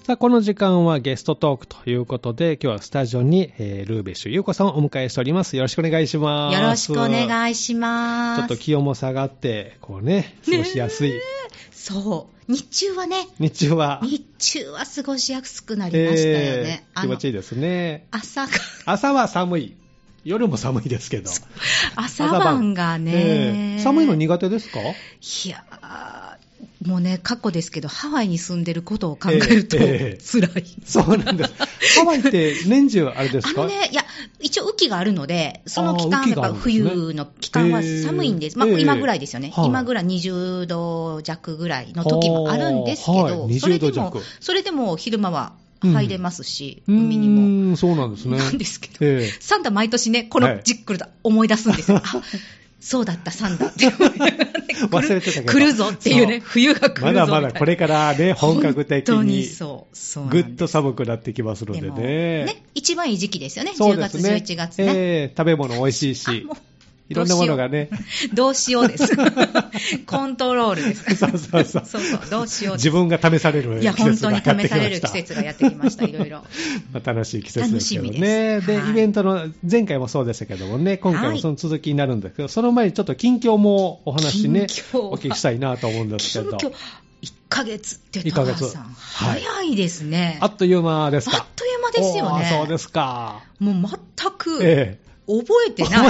さあ、この時間はゲストトークということで、今日はスタジオに、ルーベッシュ優子さんをお迎えしております。よろしくお願いします。 よろしくお願いします。 ちょっと気温も下がって、こうね、過ごしやすい。 そう。日中は日中は過ごしやすくなりましたよね。 気持ちいいですね。 朝は寒い。夜も寒いですけど。 朝晩がね、 寒いの苦手ですか？ いやもうね、過去ですけど、ハワイに住んでることを考えると、辛い。 そうなんです。ハワイって年中あれですか？ いや、一応雨季があるので、その期間、やっぱ冬の期間は寒いんです。今ぐらいですよね。今ぐらい20度弱ぐらいの時もあるんですけど、それでも昼間は入れますし、海にも。 そうなんですね。 なんですけど、サンタ毎年ね、このじっくりと思い出すんですよ。そうだった、サンダって忘れてたけど来るぞっていうね、冬が来るぞみたいな。 まだこれからね、本格的に本当にそうぐっと寒くなってきますのでね。 一番いい時期ですよね、10月、11月ね。 食べ物美味しいし。いろんなものがね。 どうしようです。コントロールです。 そう、 どうしようです。 自分が試される季節がやってきました。いや、本当に試される季節がやってきました、いろいろ。 楽しい季節ですけどね。で、イベントの、前回もそうでしたけどもね、今回もその続きになるんですけど、その前にちょっと近況もお話ね、お聞きしたいなと思うんですけど。 1ヶ月って高橋さん、早いですね。 あっという間ですか？ あっという間ですよね。 そうですか。 もう全く、覚えてない。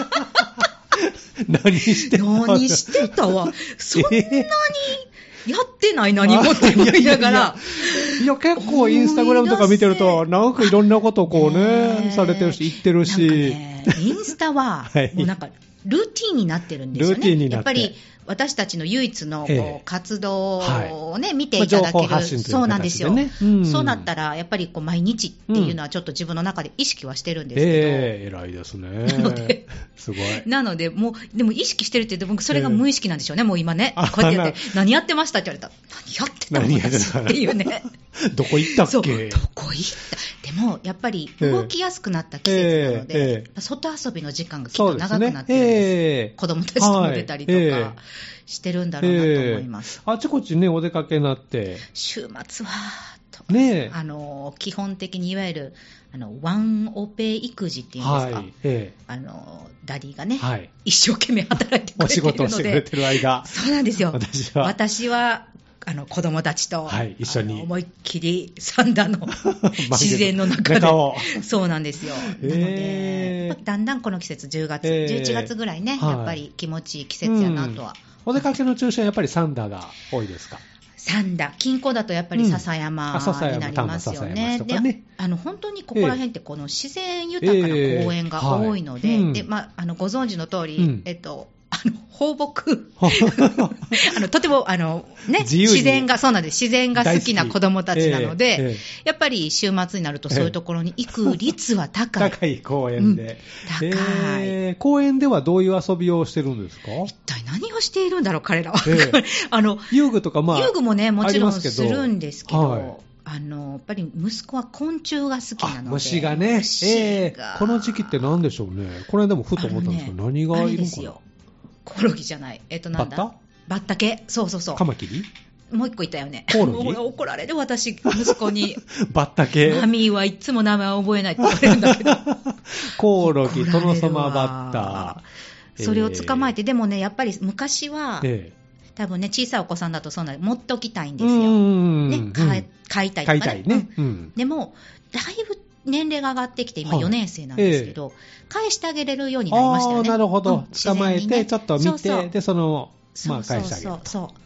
何してたわ。そんなにやってない何もって思いながら。 いや、結構インスタグラムとか見てると、なんかいろんなことをこうね、されてるし、言ってるし。 インスタは、もうなんか、ルーティーンになってるんですよね。やっぱり、私たちの唯一の活動をね、見ていただける。そうなんですよ。そうなったら、やっぱり毎日っていうのはちょっと自分の中で意識はしてるんですけど。 偉いですね。すごい。 なので、でも意識してるって言って、僕それが無意識なんでしょうね、もう今ね。こうやってやって、何やってましたって言われたら、何やってたのっていうね。 どこ行ったっけ？ どこ行った？でも、やっぱり動きやすくなった季節なので、外遊びの時間がきっと長くなってるんです。子供たちとも出たりとか。してるんだろうなと思います。 あちこちね、お出かけになって。 週末は、 ね、 基本的にいわゆる、ワンオペ育児っていうんですか。ダディがね、一生懸命働いてくれているので。 お仕事してくれてる間。 そうなんですよ。私は子供たちと、 一緒に思いっきり三段の自然の中でそうなんですよ。なのでだんだんこの季節10月、11月ぐらいね、やっぱり気持ちいい季節やなとは。 お出かけの中心はやっぱり三田が多いですか？ 三田、近郊だとやっぱり笹山になりますよね。で、本当にここら辺ってこの自然豊かな公園が多いので、で、ご存知の通り、放牧とても自然がそうなんです。自然が好きな子供たちなので、やっぱり週末になるとそういうところに行く率は高い。 高い公園で。 高い。 公園ではどういう遊びをしてるんですか？ 一体何をしているんだろう彼らは。 遊具とか遊具もねもちろんするんですけど。やっぱり息子は昆虫が好きなので。 虫がね。この時期って何でしょうね。これでもふと思ったんですけど、何がいるのかな。 コオロギじゃない。なんだバッタ系。そう。 カマキリ？ もう一個いたよね。 コオロギ？ 怒られる私、息子に。 バッタ系？ マミーはいつも名前覚えないって言われるんだけど。 コオロギ、トノサマバッタ。 それを捕まえて、でもね、やっぱり昔は、多分ね、小さいお子さんだとそうなの持っておきたいんですよ。ね、飼いたいとかね。でも、だいぶ年齢が上がってきて、今4年生なんですけど、返してあげれるようになりましたよね。 なるほど。捕まえて、ちょっと見て、で、返してあげると。 そう。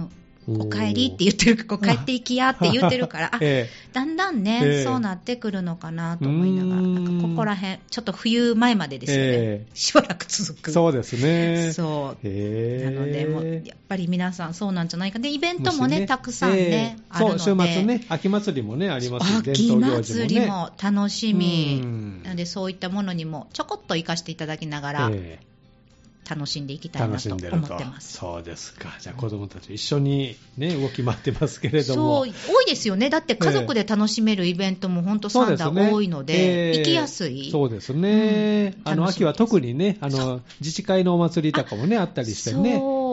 お帰りって言ってるから、帰っていきやって言ってるから、だんだんね、そうなってくるのかなと思いながら、なんかここら辺、ちょっと冬前までですよね、しばらく続く。 そうですね。 そう。なので、もうやっぱり皆さんそうなんじゃないか。で、イベントもね、たくさんね、あるので。 そう、週末ね、秋祭りもね、ありますし、 秋祭りも楽しみ。なので、そういったものにもちょこっと活かしていただきながら、楽しんでいきたいなと思ってます。 そうですか。じゃあ子供たち一緒にね、動き回ってますけれども。 そう、多いですよね。だって家族で楽しめるイベントも本当サンダー多いので、行きやすい。 そうですね。秋は特にね、自治会のお祭りとかもね、あったりしてね。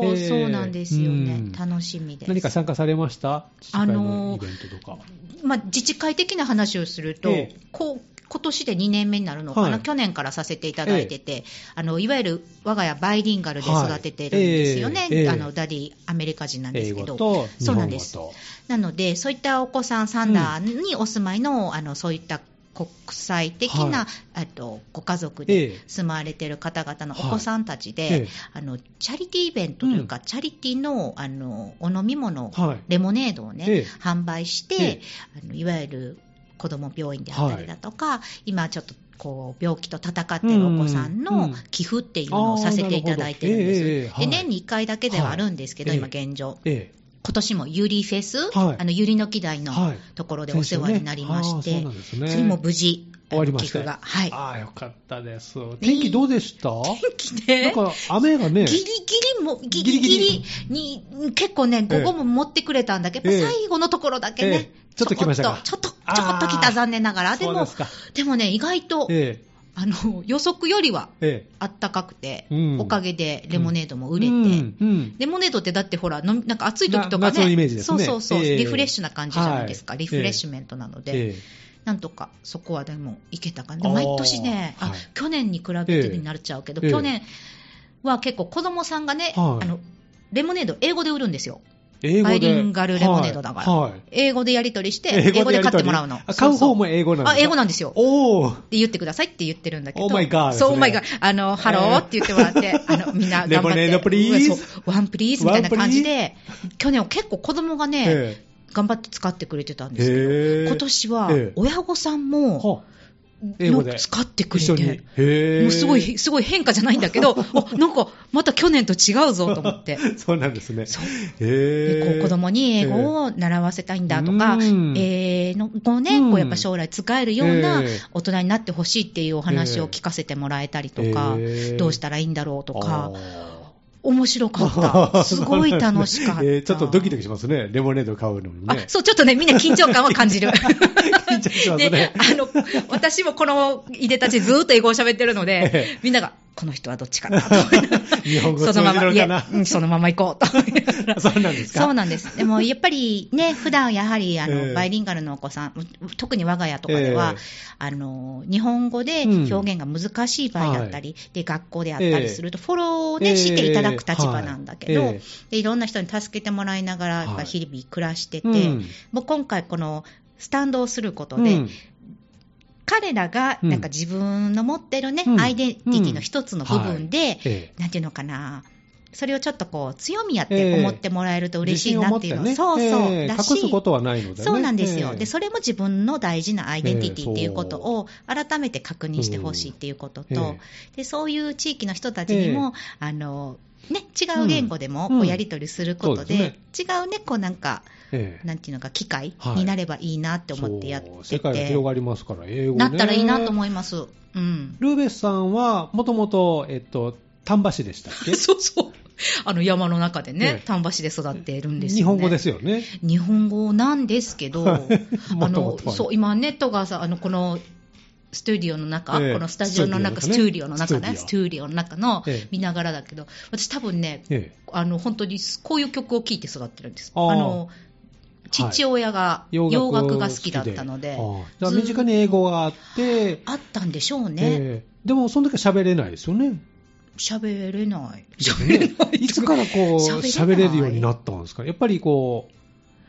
そうなんですよね。楽しみです。 何か参加されました？自治会のイベントとか。 自治会的な話をすると、今年で2年目になるのかな、去年からさせていただいてて、いわゆる我が家バイリンガルで育ててるんですよね。ダディアメリカ人なんですけど、そうなんです。なのでそういったお子さんサンダーにお住まいの、そういった国際的な、ご家族で住まわれている方々のお子さんたちで、チャリティーイベントというか、チャリティーの、お飲み物、レモネードをね、販売して、いわゆる子ども病院であったりだとか、今ちょっとこう病気と闘っているお子さんの寄付っていうのをさせていただいてるんです。で、年に1回だけではあるんですけど、今現状。今年もユリフェス、ユリの木台のところでお世話になりまして、それも無事終わりました。 寄付が。 よかったです。天気どうでした？ 天気ね。 なんか雨がね。 ギリギリに結構ね、午後も持ってくれたんだけど、最後のところだけね、 ちょっと来ましたか。 ちょこっと来た、残念ながら。でもね、意外と、予測よりはあったかくて、おかげでレモネードも売れて、レモネードってだってほら、なんか暑い時とかね、 夏のイメージですね。 そう、リフレッシュな感じじゃないですか、リフレッシュメントなので、なんとかそこはでもいけたかな。毎年ね、去年に比べてになっちゃうけど、去年は結構子供さんがね、レモネード英語で売るるんですよ。バイリンガルレモネードだから、英語でやり取りして、英語で買ってもらうの。 買う方も英語なんですか？ 英語なんですよ。って言ってくださいって言ってるんだけど。そう、オーマイガー。ハローって言ってもらって、みんな頑張って。レモネードプリーズ。ワンプリーズみたいな感じで、去年は結構子供がね、頑張って使ってくれてたんですけど、今年は親御さんも、英語で使ってくれて、もうすごい変化じゃないんだけど、なんかまた去年と違うぞと思って。 そうなんですね。 で子供に英語を習わせたいんだとか、英語をね、やっぱ将来使えるような大人になってほしいっていうお話を聞かせてもらえたりとか、どうしたらいいんだろうとか。面白かった。すごい楽しかった。 ちょっとドキドキしますね。レモネード買うのにね。 そう、ちょっとね、みんな緊張感は感じる。 緊張しますね。 で、私もこのいでたちずーっと英語を喋ってるので、みんなが、この人はどっちかなと。 日本語通じるかな。 そのまま行こうと。 そうなんですか？ そうなんです。でも、やっぱりね、普段やはり、バイリンガルのお子さん、特に我が家とかでは、日本語で表現が難しい場合だったり、で、学校であったりすると、フォローをね、していただく立場なんだけど、で、いろんな人に助けてもらいながら、やっぱり日々暮らしてて、もう今回このスタンドをすることで、彼らがなんか自分の持ってるね、アイデンティティの一つの部分で、なんていうのかな、それをちょっとこう強みやって思ってもらえると嬉しいなっていうの、そうだし、 隠すことはないのでね。 そうなんですよ。で、それも自分の大事なアイデンティティっていうことを改めて確認してほしいっていうことと、で、そういう地域の人たちにも、違う言語でもこうやり取りすることで、違うね、こうなんか、なんていうのか、機会になればいいなって思ってやってて、 世界が広がりますから、英語ね。 なったらいいなと思います。 ルーベスさんは、もともと、丹波市でしたっけ？ そう。山の中でね、丹波市で育っているんですよね。 日本語ですよね。 日本語なんですけど、そう、今ネットがさ、この、スタジオの中、このスタジオの中、スタジオの中の見ながらだけど、私多分ね、本当にこういう曲を聴いて育ってるんです。父親が洋楽が好きだったので、 じゃあ身近に英語があってあったんでしょうね。 でもその時は喋れないですよね。 喋れない。 いつからこう喋れるようになったんですか？やっぱりこう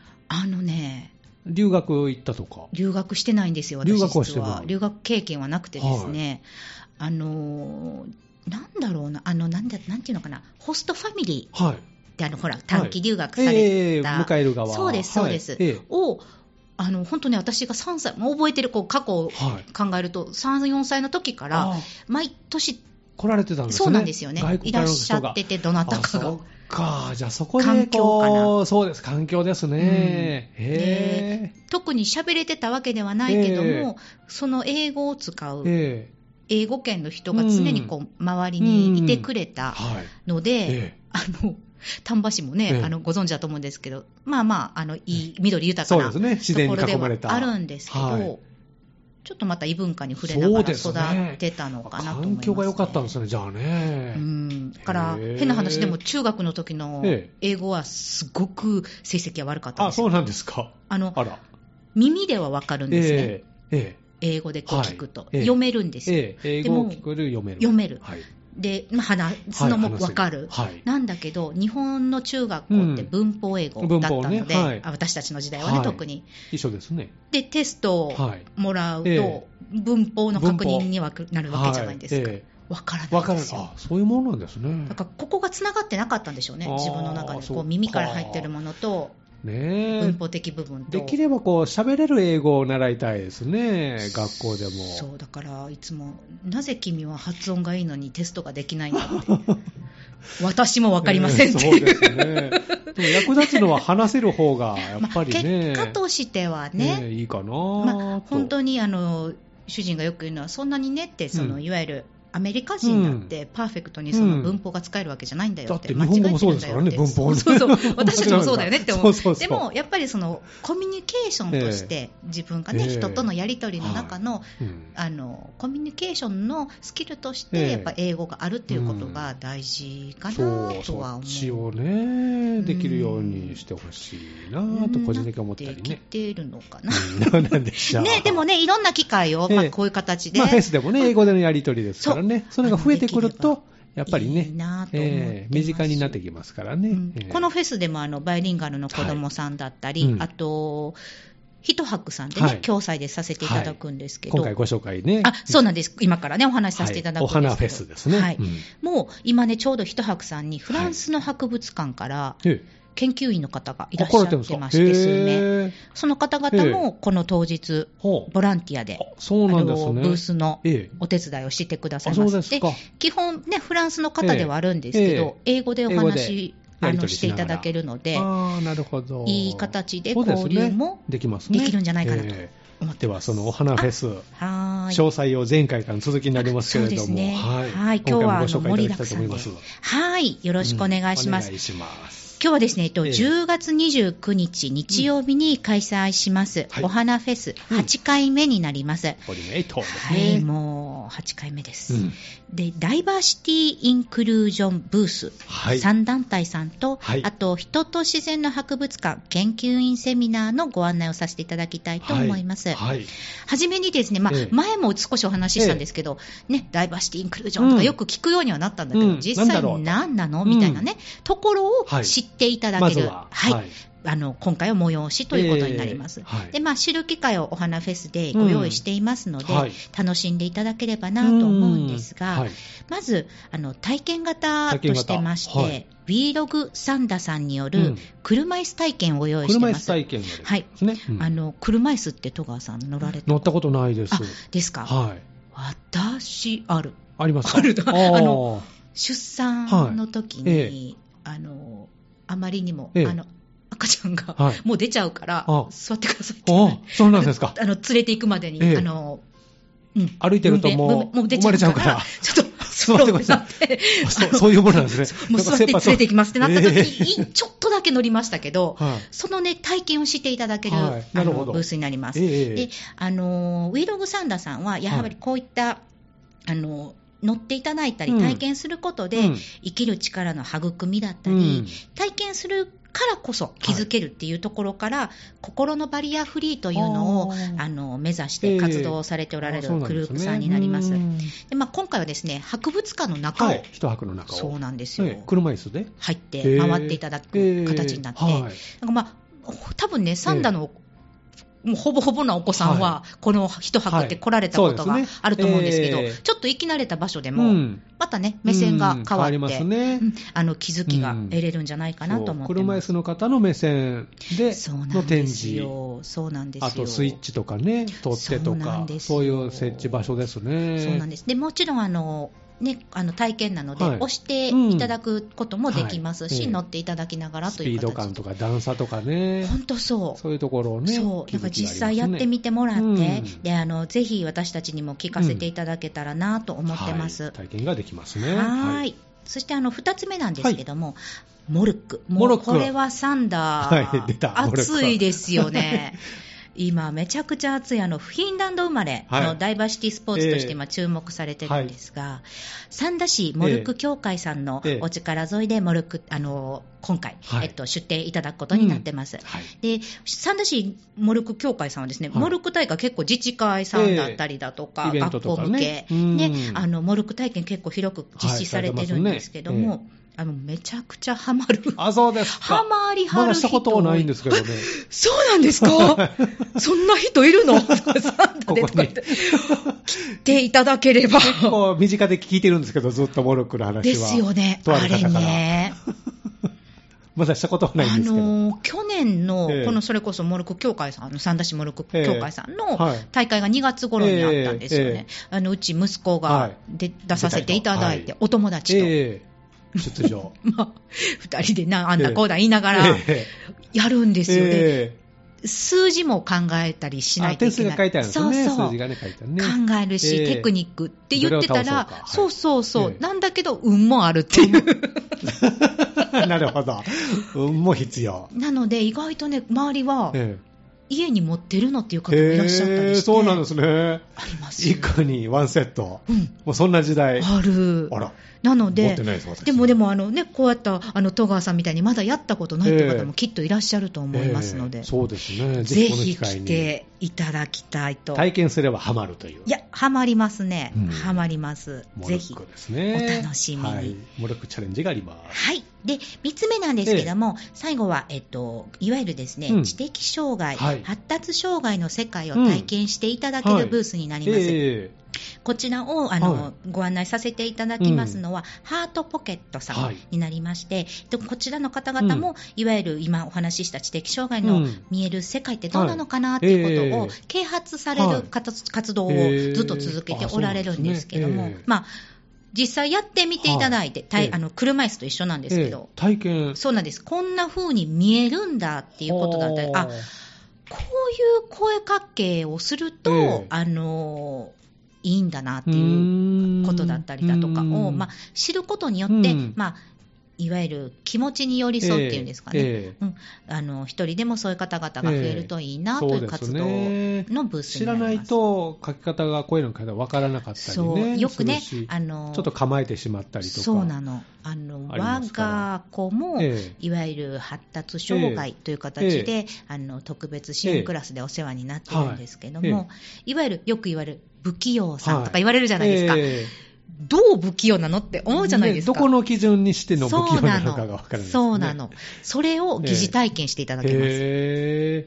留学行ったとか。 留学してないんですよ、私実は。留学経験はなくてですね、なんだろうな、なんていうのかな、ホストファミリーで、ほら、短期留学された、 迎える側。 そうです、を、本当に私が3歳、覚えてる過去を考えると、3、4歳の時から、毎年、 来られてたんですね。 そうなんですよね。いらっしゃってて、どなたかが。 じゃあそこで環境かな。そうです、環境ですね。 特に喋れてたわけではないけども、その英語を使う、英語圏の人が常に周りにいてくれたので、丹波市もね、ご存知だと思うんですけど、いい緑豊かなところではあるんですけど、 ちょっとまた異文化に触れながら育ってたのかなと思います、ね。 環境が良かったんですね、じゃあね。 だから変な話でも中学の時の英語はすごく成績が悪かったんですよ。 あ、そうなんですか。あら、 耳では分かるんですね。英語でこう聞くと、読めるんですよ。 英語を聞くで読める。 読める。で、話すのも分かる、なんだけど日本の中学校って文法英語だったので、私たちの時代はね、特に一緒ですね。 でテストをもらうと、文法の確認にはなるわけじゃないですか。分からないんですよ。 そういうものなんですね。 だからここがつながってなかったんでしょうね、自分の中で。こう耳から入ってるものと文法的部分と、 できればこう喋れる英語を習いたいですね、学校でも。 そうだからいつも、なぜ君は発音がいいのにテストができないんだって私も分かりませんっていう、 そうですね。でも役立つのは話せる方がやっぱりね、 結果としてはね、 いいかな、 本当に主人がよく言うのは、そんなにねって、いわゆるアメリカ人だってパーフェクトにその文法が使えるわけじゃないんだよって、間違えてるんだよって。だって日本語もそうですからね、文法ね。そう私たちもそうだよねって思う。でもやっぱりそのコミュニケーションとして自分がね、人とのやり取りの中のコミュニケーションのスキルとしてやっぱ英語があるっていうことが大事かなとは思う。 そっちをねできるようにしてほしいなと個人的に思ったりね。 できてるのかな。 なんでしょうね。 でもね、いろんな機会をこういう形で、 フェスでもね、英語でのやり取りですからね、それが増えてくるとやっぱりね、身近になってきますからね。 このフェスでもバイリンガルの子どもさんだったり、あとひとはくさんでね、共催でさせていただくんですけど、 今回ご紹介ね、 そうなんです。今からねお話しさせていただくんですけど、 お花フェスですね。 もう今ね、ちょうどひとはくさんにフランスの博物館から研究員の方がいらっしゃってまして、数名、その方々もこの当日ボランティアでブースのお手伝いをしてくださいまして、基本ねフランスの方ではあるんですけど、英語でお話していただけるので、 なるほど、 いい形で交流もできるんじゃないかなと思ってます。 ではそのお花フェス詳細を前回からの続きになりますけれども、今回もご紹介いただきたいと思います。 よろしくお願いします。 お願いします。 今日はですね、10月29日日曜日に開催します、お花フェス8回目になります。もう8回目です。で、ダイバーシティインクルージョンブース、3団体さんと、あと人と自然の博物館研究員セミナーのご案内をさせていただきたいと思います。はじめにですね、前も少しお話ししたんですけど、ダイバーシティインクルージョンとかよく聞くようにはなったんだけど、実際何なのみたいなね、ところを知っていただける、今回は催しということになります。で、知る機会をお花フェスでご用意していますので、楽しんでいただければなと思うんですが、まず体験型としてまして、Vlog サンダさんによる車椅子体験をご用意しています。車椅子体験ですね。車椅子って戸川さん乗られて乗ったことないです。 ですか。私ありますか。 出産の時に、あまりにも、赤ちゃんがもう出ちゃうから座ってくださいって、 そうなんですか。 連れて行くまでに、 歩いてるともう生まれちゃうからちょっと座ってくださってそういうものなんですね。 もう座って連れて行きますってなった時にちょっとだけ乗りましたけど、そのね体験をしていただけるブースになります。で、Vlog サンダさんはやはりこういった乗っていただいたり体験することで、生きる力の育みだったり、体験するからこそ気づけるっていうところから、心のバリアフリーというのを目指して活動されておられるグループさんになります。で、今回はですね、博物館の中を、 一泊の中を、 そうなんですよ、 車椅子で入って回っていただく形になって、多分ね、サンダのもうほぼほぼなお子さんはこの一泊って来られたことがあると思うんですけど、ちょっと行き慣れた場所でもまたね目線が変わって、気づきが得れるんじゃないかなと思ってます。 車椅子の方の目線での展示、 そうなんですよ。 あとスイッチとかね、取っ手とか、そういう設置場所ですね。 そうなんです。でもちろん体験なので、押していただくこともできますし、乗っていただきながらという形で、 スピード感とか段差とかね、 本当そういうところをね、 だから実際やってみてもらって、でぜひ私たちにも聞かせていただけたらなと思ってます。 体験ができますね。 そして2つ目なんですけども、モルック。これはサンダー、暑いですよね。 今めちゃくちゃ熱いフィンランド生まれのダイバーシティスポーツとして今注目されてるんですが、三田市モルック協会さんのお力添えでモルック今回、出展いただくことになってます、で三田市モルック協会さんはですね、モルック大会結構自治会さんだったりだとか、学校向け、ね、モルック体験結構広く実施されてるんですけども、めちゃくちゃハマる。 そうですか。 ハマりはる人。 まだしたことはないんですけどね。 そうなんですかそんな人いるのサンタでとかって来ていただければ。 結構身近で聞いてるんですけど、ずっとモルックの話は。 ですよね。あれね。 まだしたことはないんですけど。 去年の、このそれこそモルック協会さん、三田市モルック協会さんの大会が2月頃にあったんですよね。うち息子が出させていただいて、お友達と。 出場。 2人であんだこうだ言いながらやるんですよね。数字も考えたりしないといけない。 点数が書いてあるんですね。 そう数字がね書いてあるね。 考えるし、テクニックって言ってたら、そう、なんだけど運もあるっていう。 なるほど。運も必要。 なので意外とね、周りは、家に持ってるのっていう方もいらっしゃったりして。 そうなんですね。 あります。 いかにワンセット。もうそんな時代。 ある。 あら。 なので、 持ってないです私。 でもこうやった戸川さんみたいにまだやったことないという方もきっといらっしゃると思いますので、 そうですね。 ぜひ来ていただきたいと。 体験すればハマるという。 いや、ハマりますね。ハマります。ぜひ、 ですね、 お楽しみに。 モルックチャレンジがあります。 はい。で、3つ目なんですけども、最後は、いわゆるですね、知的障害、発達障害の世界を体験していただけるブースになります。こちらをご案内させていただきますのは、ハートポケットさんになりまして、こちらの方々も、いわゆる今お話しした知的障害の見える世界ってどうなのかなっていうことを啓発される活動をずっと続けておられるんですけども、実際やってみていただいて、車椅子と一緒なんですけど、 体験。 そうなんです。こんな風に見えるんだっていうことだったり、こういう声かけをすると、いいんだなっていうことだったりだとかを、知ることによって、いわゆる気持ちに寄り添うっていうんですかね、一人でもそういう方々が増えるといいなという活動のブースになります。知らないと書き方が声の書き方が分からなかったりね、 よくね、 ちょっと構えてしまったりとか。 そうなの。我が子も、いわゆる発達障害という形で、特別支援クラスでお世話になってるんですけども、いわゆるよく言われる不器用さんとか言われるじゃないですか。どう不器用なのって思うじゃないですか。 どこの基準にしての不器用なのかが分からないですね。 そうなの。それを疑似体験していただけます。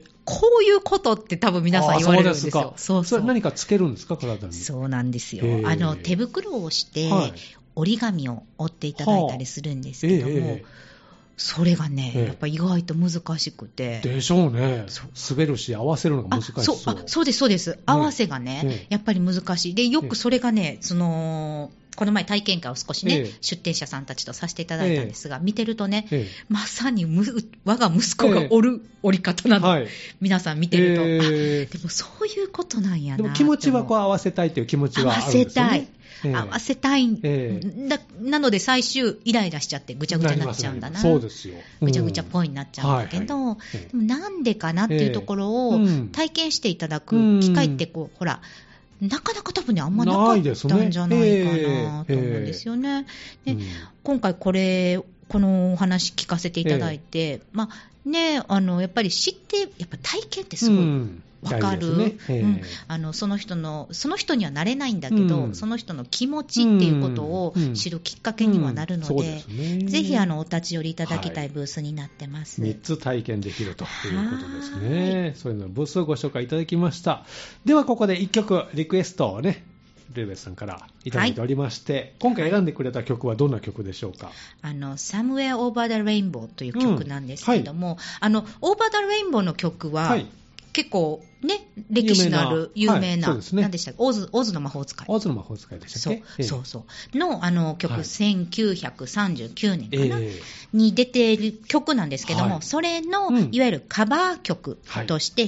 こういうことって多分皆さん言われるんですよ。 それ何かつけるんですか、体に。 そうなんですよ。手袋をして、折り紙を折っていただいたりするんですけども、それがね、やっぱ意外と難しくて。 でしょうね。滑るし、合わせるのが難しそう。 そうです、そうです。合わせがね、やっぱり難しい。で、よくそれがね、この前体験会を少しね、出展者さんたちとさせていただいたんですが、見てるとね、まさに我が息子が折り方なの、皆さん見てると、でもそういうことなんやな。 でも気持ちはこう合わせたいという気持ちはあるんですよね。 合わせたい、なので最終イライラしちゃってぐちゃぐちゃになっちゃうんだな。 そうですよ。 ぐちゃぐちゃっぽいになっちゃうんだけど、でもなんでかなっていうところを体験していただく機会ってほら、なかなか多分ね、あんまなかったんじゃないかなと思うんですよね。で、今回このお話聞かせていただいて、やっぱり知って、やっぱ体験ってすごい分かる。その人にはなれないんだけど、その人の気持ちっていうことを知るきっかけにはなるので、ぜひお立ち寄りいただきたいブースになってます。 3つ体験できるということですね。そういうのブースをご紹介いただきました。ではここで1曲リクエストをね、ルーベさんからいただいておりまして、今回選んでくれた曲はどんな曲でしょうか。 Somewhere Over the Rainbow という曲なんですけれども、Over the Rainbow の曲は、結構ね、歴史のある有名な、何でしたっけ、オズの魔法使い。 オズの魔法使いでしたっけ。 そうの曲、1939年かな、に出ている曲なんですけども、それのいわゆるカバー曲として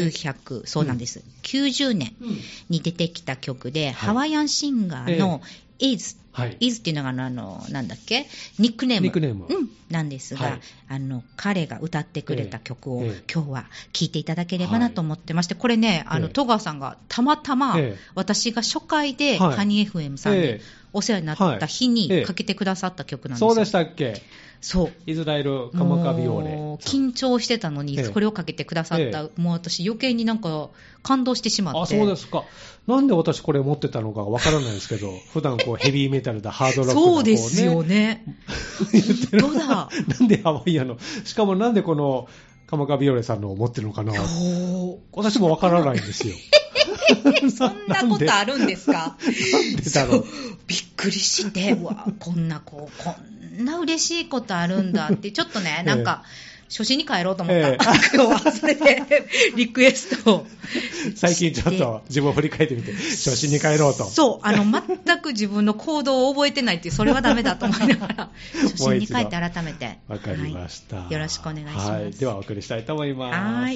そうなんです、90年に出てきた曲で、ハワイアンシンガーの is っていうのがなんだっけ、ニックネーム、なんですが、彼が歌ってくれた曲を今日は聴いていただければなと思ってまして、これね、戸川さんがたまたま私が初回でハニー FM さんにお世話になった日にかけてくださった曲なんですよ。 そうでしたっけ。 そう、 イスラエルカマカビオーレ、 緊張してたのにこれをかけてくださった、もう私余計になんか感動してしまって。 あ、そうですか。なんで私これ持ってたのかわからないですけど、普段こうヘビーメタルだハードロックだこう、ね、 そうですよね。本当だ。 なんでハワイアの、しかもなんでこのカマカビオーレさんのを持ってるのかな。私もわからないんですよ。 そんなことあるんですか。 なんでだろう。 びっくりして、うわ、こんな嬉しいことあるんだってちょっとね、なんか初心に帰ろうと思った、今日はそれでリクエストを最近ちょっと自分を振り返ってみて初心に帰ろうと。 そう、全く自分の行動を覚えてないっていう、それはダメだと思いながら初心に帰って改めてわかりました、 よろしくお願いします、 ではお送りしたいと思います。はい、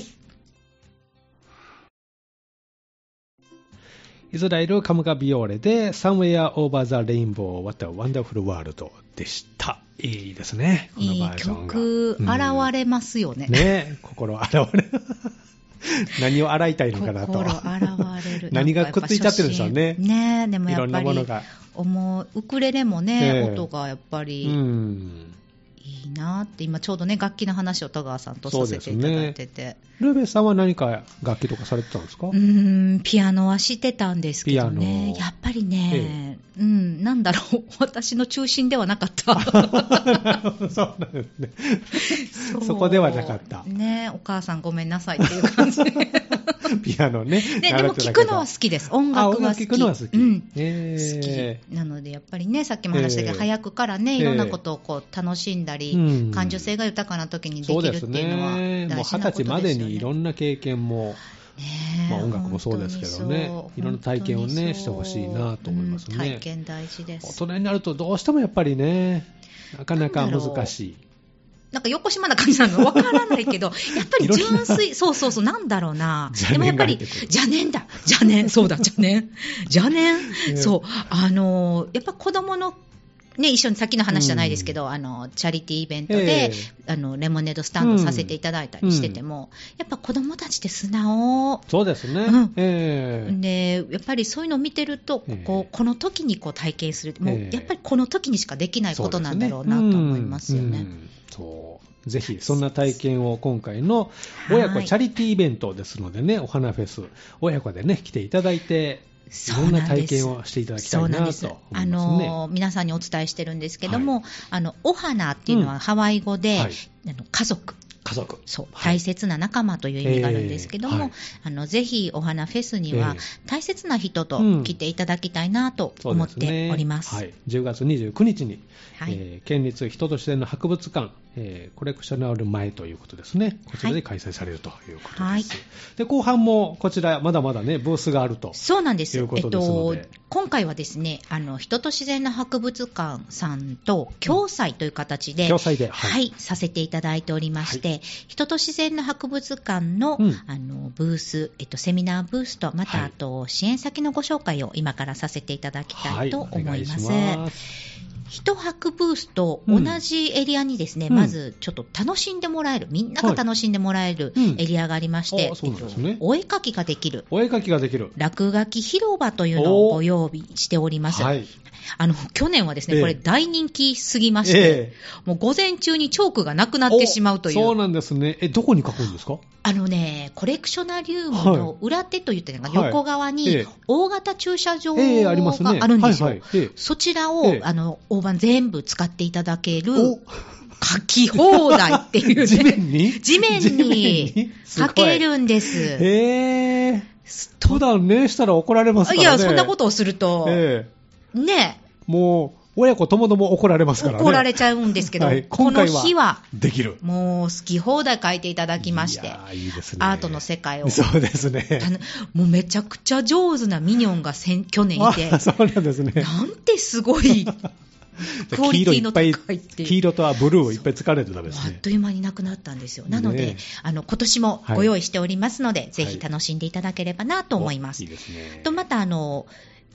イスラエルカムカビオーレで Somewhere Over the Rainbow What a Wonderful World でした。いいですね、このバージョンが。 いい曲、現れますよね。 ね、心現れ何を洗いたいのかなと。 心現れる。 何がくっついちゃってるんでしょうね。 ね、でもやっぱりいろんなものがウクレレもね、音がやっぱりいいなって、今ちょうどね楽器の話を戸川さんとさせていただいてて、 ルーベさんは何か楽器とかされてたんですか？ ピアノはしてたんですけどね、やっぱりね、なんだろう、私の中心ではなかった。 そうなんですね。そこではなかった。 ね、お母さんごめんなさいっていう感じで。 ピアノね。 でも聴くのは好きです。音楽は好き。 聴くのは好き。 好き。なのでやっぱりね、さっきも話したけど、早くからね、いろんなことをこう楽しんだり、感受性が豊かな時にできるっていうのは大事なことですよね。 もう20歳までにいろんな経験も、音楽もそうですけどね、いろんな体験をねしてほしいなと思いますね。 体験大事です。 大人になるとどうしてもやっぱりね、なかなか難しい。 なんか横島な感じなのわからないけど、やっぱり純粋、そう、なんだろうな。でもやっぱり、邪念、そうだ、邪念。そう、やっぱ子供の、ね、一緒にさっきの話じゃないですけど、チャリティーイベントで、レモネードスタンドさせていただいたりしてても、やっぱ子供たちって素直。 そうですね。 で、やっぱりそういうのを見てると、この時にこう体験する、もうやっぱりこの時にしかできないことなんだろうなと思いますよね。 そうぜひそんな体験を今回の親子チャリティーイベントですのでね、お花フェス親子でね来ていただいて、いろんな体験をしていただきたいなと思いますね。 皆さんにお伝えしてるんですけども、お花っていうのはハワイ語で、家族、そう、大切な仲間という意味があるんですけども、ぜひお花フェスには大切な人と来ていただきたいなと思っております。 10月29日に、県立人と自然の博物館、コレクショナル前ということですね。こちらで開催されるということです。で、後半もこちらまだまだねブースがあると。 そうなんです。 いうことですので、 今回はですね、人と自然の博物館さんと共催という形で、させていただいておりまして、人と自然の博物館の、ブース、セミナーブースと、またあと支援先のご紹介を今からさせていただきたいと思います。一泊ブースと同じエリアにですね、まずちょっと楽しんでもらえる、みんなが楽しんでもらえるエリアがありまして、お絵描きができる、落書き広場というのをご用意しております。去年はですね、これ大人気すぎまして、もう午前中にチョークがなくなってしまうという。 そうなんですね。どこに書くんですか？ コレクショナリウムの裏手といったのが横側に大型駐車場があるんですよ。そちらを大盤全部使っていただける書き放題っていうね。地面に書けるんです。 普段ねしたら怒られますからね。 いや、そんなことをするとね、 もう親子ともども怒られますからね。 怒られちゃうんですけど、この日はできる。 もう好き放題書いていただきまして、 いいですね、 アートの世界を。 そうですね。 もうめちゃくちゃ上手なミニョンが去年いて、 そうなんですね。 なんてすごいクオリティの高いっていう。 黄色とブルーをいっぱい使われてたんですね。 あっという間になくなったんですよ。なので、今年もご用意しておりますので、ぜひ楽しんでいただければなと思います。 いいですね。 とまた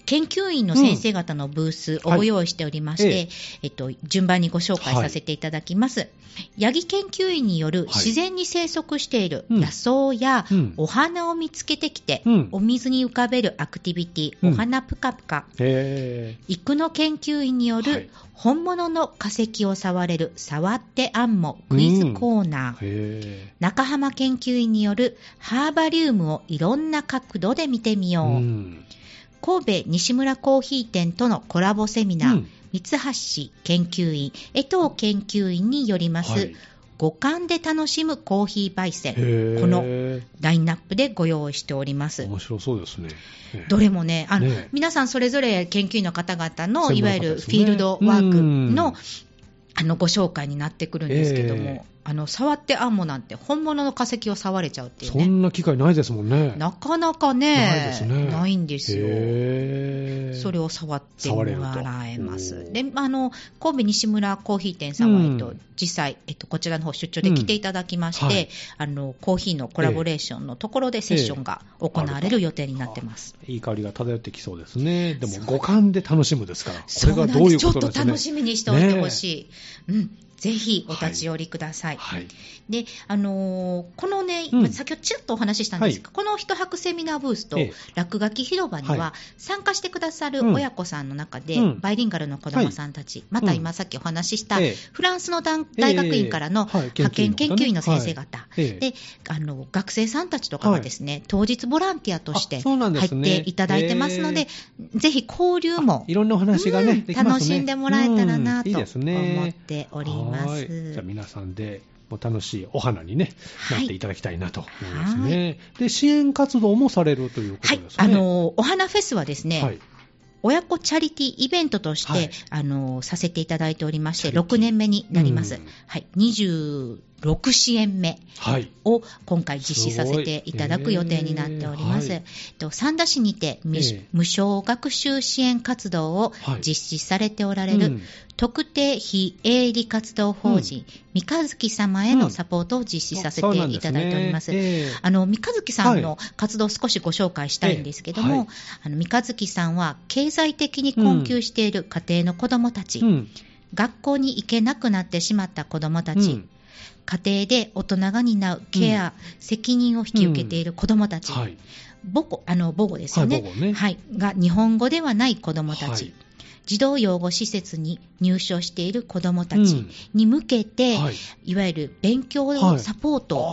研究員の先生方のブースをご用意しておりまして、順番にご紹介させていただきます。ヤギ研究員による自然に生息している野草やお花を見つけてきて、お水に浮かべるアクティビティ、お花ぷかぷか。育野研究員による本物の化石を触れる触ってアンモクイズコーナー。中浜研究員によるハーバリウムをいろんな角度で見てみよう。神戸西村コーヒー店とのコラボセミナー、三橋研究員、江藤研究員によります、五感で楽しむコーヒー焙煎、このラインナップでご用意しております。 面白そうですね。 どれもね、皆さんそれぞれ研究員の方々のいわゆるフィールドワークのご紹介になってくるんですけども、触ってアンモなんて本物の化石を触れちゃうっていうね。そんな機会ないですもんね。 なかなかね、 ないですね。 ないんですよ。それを触ってもらえます。で、神戸西村コーヒー店さんは、実際、こちらの方出張で来ていただきまして、コーヒーのコラボレーションのところでセッションが行われる予定になってます。 いい香りが漂ってきそうですね。でも五感で楽しむですから、これがどういうことですかね。 ちょっと楽しみにしておいてほしい。ぜひお立ち寄りください。で、このね、先ほどちらっとお話ししたんですが、この一泊セミナーブースと落書き広場には、参加してくださる親子さんの中で、バイリンガルの子どもさんたち、また今さっきお話しした、フランスの大学院からの派遣研究員の先生方、で、学生さんたちとかがですね、当日ボランティアとして入っていただいてますので、ぜひ交流もいろんなお話がね、 楽しんでもらえたらなと思っております。じゃあ皆さんで楽しいお花に、ね、なっていただきたいなと思いますね。で、支援活動もされるということですね。 お花フェスはですね、親子チャリティーイベントとして、させていただいておりまして、6年目になります。26支援目を今回実施させていただく予定になっております。三田市にて無償学習支援活動を実施されておられる、特定非営利活動法人、三日月様へのサポートを実施させていただいております。三日月さんの活動を少しご紹介したいんですけども、三日月さんは経済的に困窮している家庭の子どもたち、学校に行けなくなってしまった子どもたち、家庭で大人が担うケア、責任を引き受けている子どもたち、母語ですよね、が日本語ではない子どもたち、児童養護施設に入所している子どもたちに向けて、いわゆる勉強サポートを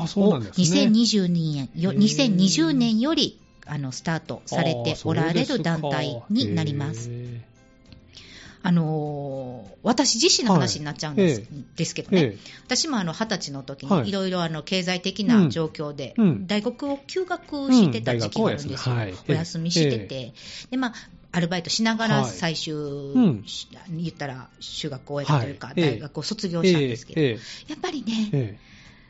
2020年よりスタートされておられる団体になります。私自身の話になっちゃうんですけどね、私も20歳の時にいろいろ経済的な状況で大学を休学してた時期があるんですよ。お休みしてて、でアルバイトしながら最終、言ったら修学を終えたというか、大学を卒業したんですけど、やっぱりね、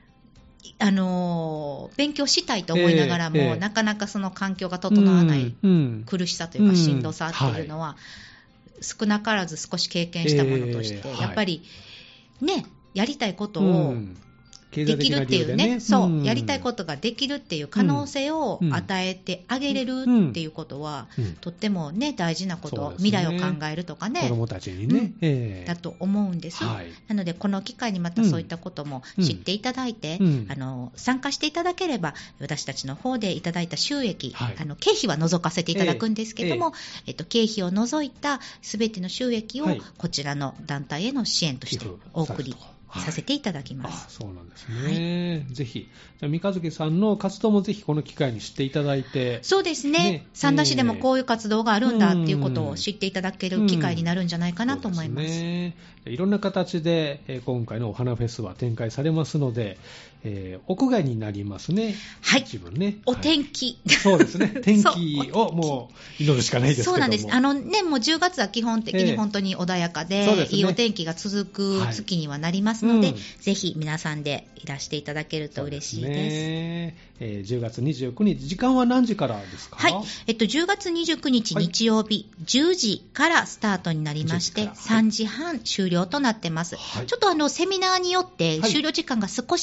勉強したいと思いながらも、なかなかその環境が整わない苦しさというかしんどさっていうのは、少なからず少し経験したものとして、やっぱりね、やりたいことをできるっていうね、やりたいことができるっていう可能性を与えてあげれるっていうことは、とってもね、大事なこと、未来を考えるとかね、 子どもたちにね、 だと思うんです。なので、この機会にまたそういったことも知っていただいて、参加していただければ、私たちの方でいただいた収益、経費は除かせていただくんですけども、経費を除いたすべての収益をこちらの団体への支援としてお送りさせていただきます。 そうなんですね。ぜひ、じゃあ三日月さんの活動もぜひこの機会に知っていただいて。 そうですね。三田市でもこういう活動があるんだっていうことを知っていただける機会になるんじゃないかなと思います。 いろんな形で今回のお花フェスは展開されますので、屋外になりますね。自分ね。 お天気。 そうですね。天気をもう祈るしかないですけども。 そうなんです。もう10月は基本的に本当に穏やかで、いいお天気が続く月にはなりますので、ぜひ皆さんでいらしていただけると嬉しいです。 10月29日、時間は何時からですか ？10月29日日曜日、10時からスタートになりまして、3時半終了となってます。ちょっとセミナーによって終了時間が少し違い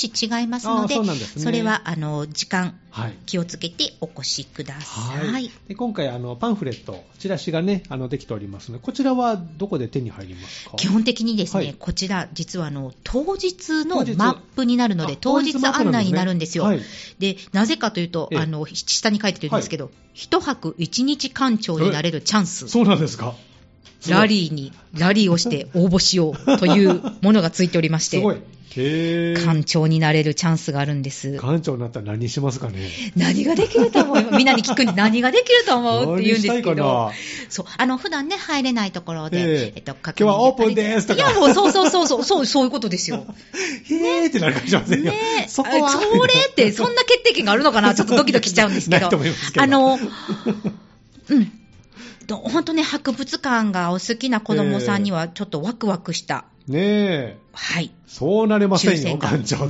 いますので、 そうなんですね。 それは時間、 はい、 気をつけてお越しください。はい、 で今回パンフレット、チラシがねできておりますので、こちらはどこで手に入りますか？ 基本的にですね、はい、こちら実は当日のマップになるので、当日案内になるんですよ。はい、でなぜかというと、下に書いてるんですけど、1泊1日館長になれるチャンス。 そうなんですか？ ラリーをして応募しようというものがついておりまして、すごい、館長になれるチャンスがあるんです。 館長になったら何しますかね？ 何ができると思う？みんなに聞くに何ができると思うって言うんですけど、そう普段ね入れないところで、 今日はオープンですとか、 いやもうそういうことですよ。 へーってなるかもしれませんよ。ね、 それってそんな決定権があるのかな？ちょっとドキドキしちゃうんですけど。 ないと思いますけど。 本当ね、博物館がお好きな子供さんにはちょっとワクワクした。 ねえ。 はい。 そうなれませんよ、館長って。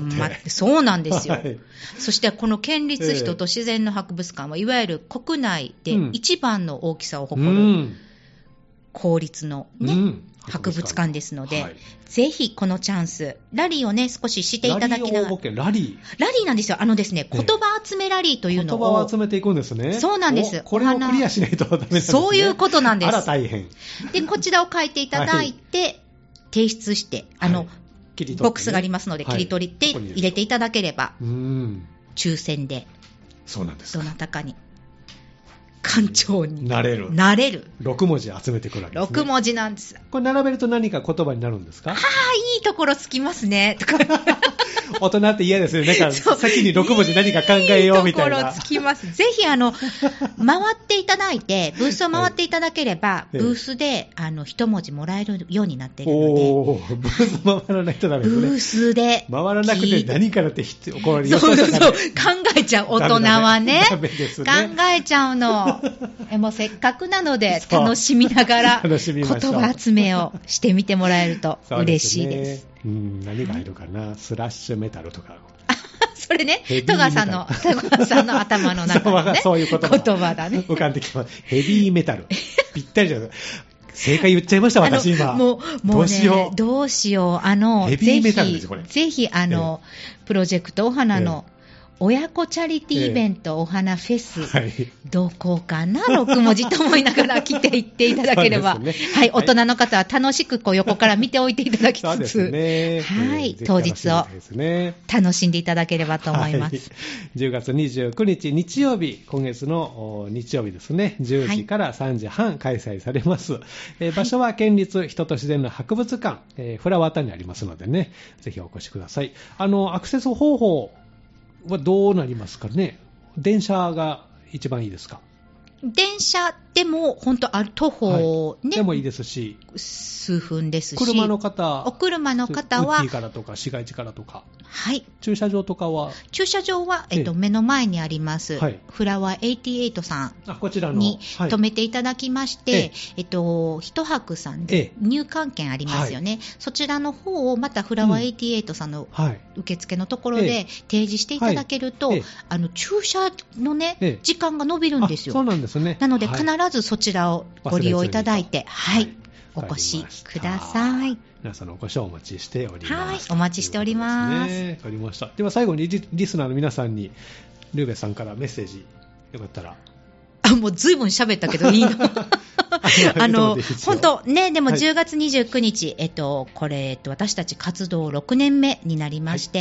そうなんですよ。はい、そしてこの県立人と自然の博物館はいわゆる国内で一番の大きさを誇る公立のね、博物館ですので、はい、ぜひこのチャンス、ラリーをね少ししていただきながら、 ラリーなんですよ。ですね、言葉集めラリーというのを、 言葉を集めていくんですね。 そうなんです。 これをクリアしないとダメなんですね。 そういうことなんです。 あら大変。 でこちらを書いていただいて、はい、提出してボックスがありますので、切り取って入れていただければ、抽選でそうなんです。 どなたかに館長になれる。6文字集めてくるわけですね。 6文字なんです。 これ並べると何か言葉になるんですか？ いいところつきますねとか大人って嫌ですよね。なんか先に6文字何か考えようみたいな。 いいところつきます。ぜひ回っていただいて、ブースを回っていただければ、ブースで1文字もらえるようになっているので。 ブース回らないとダメですね。 ブースで回らなくて何からって怒られる。 そう考えちゃう。大人はね、 ダメですね、 考えちゃうの。もうせっかくなので楽しみながら言葉集めをしてみてもらえると嬉しいです。 何が入るかな、スラッシュメタルとか。 それね、戸川さんの頭の中の、ね、 そういう言葉だね。 浮かんできます。ヘビーメタル。ぴったりじゃない。正解言っちゃいました、私今。 もうね、どうしよう。 ヘビーメタルですこれ。 ぜひプロジェクトお花の親子チャリティーイベント、お花フェス、どこかな、6文字と思いながら来ていっていただければ、はい、大人の方は楽しく横から見ておいていただきつつ、はい、当日を楽しんでいただければと思います。 10月29日日曜日、今月の日曜日ですね、10時から3時半開催されます。場所は県立人と自然の博物館、フラワータウンにありますのでね、ぜひお越しください。アクセス方法はどうなりますかね。電車が一番いいですか？ 電車でも本当徒歩、ね、 でもいいですし、 数分ですし、 お車の方はウッディからとか市街地からとか、 はい、 駐車場とかは目の前にあります、フラワー88さんに止めていただきまして、一泊さんで入館券ありますよね、そちらの方をまたフラワー88さんの受付のところで提示していただけると、駐車のね、時間が延びるんですよ。 そうなんですね。 なので必ずそちらをご利用いただいて、お越しください。 皆さんのお越しをお待ちしております。 お待ちしております。 わかりました。では最後にリスナーの皆さんにルーベさんからメッセージよかったら。 もうずいぶん喋ったけどいいの本当ね、でも10月29日、これ、私たち活動6年目になりまして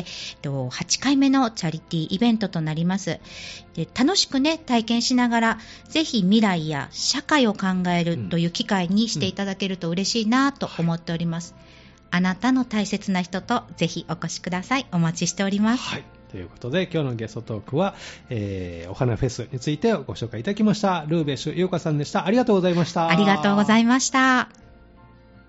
、8回目のチャリティーイベントとなります。で、楽しくね、体験しながら、ぜひ未来や社会を考えるという機会にしていただけると嬉しいなと思っております。あなたの大切な人とぜひお越しください。お待ちしております。 はい。ということで今日のゲストトークは、お花フェスについてご紹介いただきましたルーベシュ優香さんでした。ありがとうございました。 ありがとうございました。